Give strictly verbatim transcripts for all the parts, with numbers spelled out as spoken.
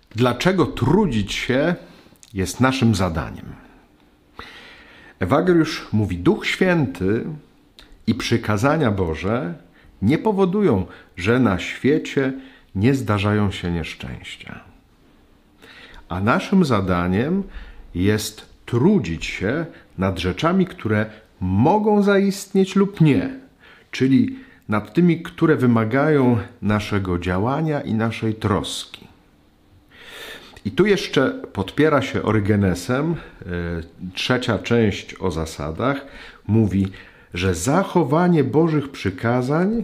Dlaczego trudzić się jest naszym zadaniem? Ewagriusz mówi: Duch Święty i przykazania Boże nie powodują, że na świecie nie zdarzają się nieszczęścia. A naszym zadaniem jest trudzić się nad rzeczami, które mogą zaistnieć lub nie, czyli nad tymi, które wymagają naszego działania i naszej troski. I tu jeszcze podpiera się Orygenesem, trzecia część o zasadach, mówi, że zachowanie Bożych przykazań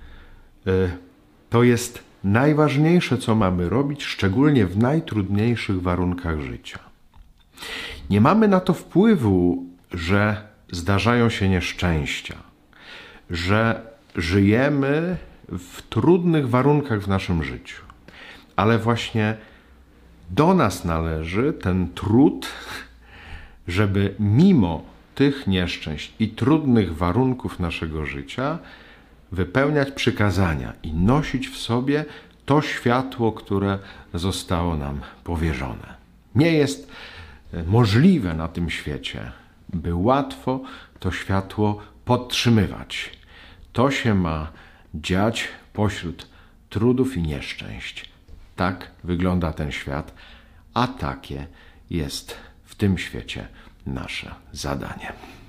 to jest najważniejsze, co mamy robić, szczególnie w najtrudniejszych warunkach życia. Nie mamy na to wpływu, że zdarzają się nieszczęścia, że żyjemy w trudnych warunkach w naszym życiu, ale właśnie do nas należy ten trud, żeby mimo tych nieszczęść i trudnych warunków naszego życia wypełniać przykazania i nosić w sobie to światło, które zostało nam powierzone. Nie jest możliwe na tym świecie, by łatwo to światło podtrzymywać. To się ma dziać pośród trudów i nieszczęść. Tak wygląda ten świat, a takie jest w tym świecie nasze zadanie.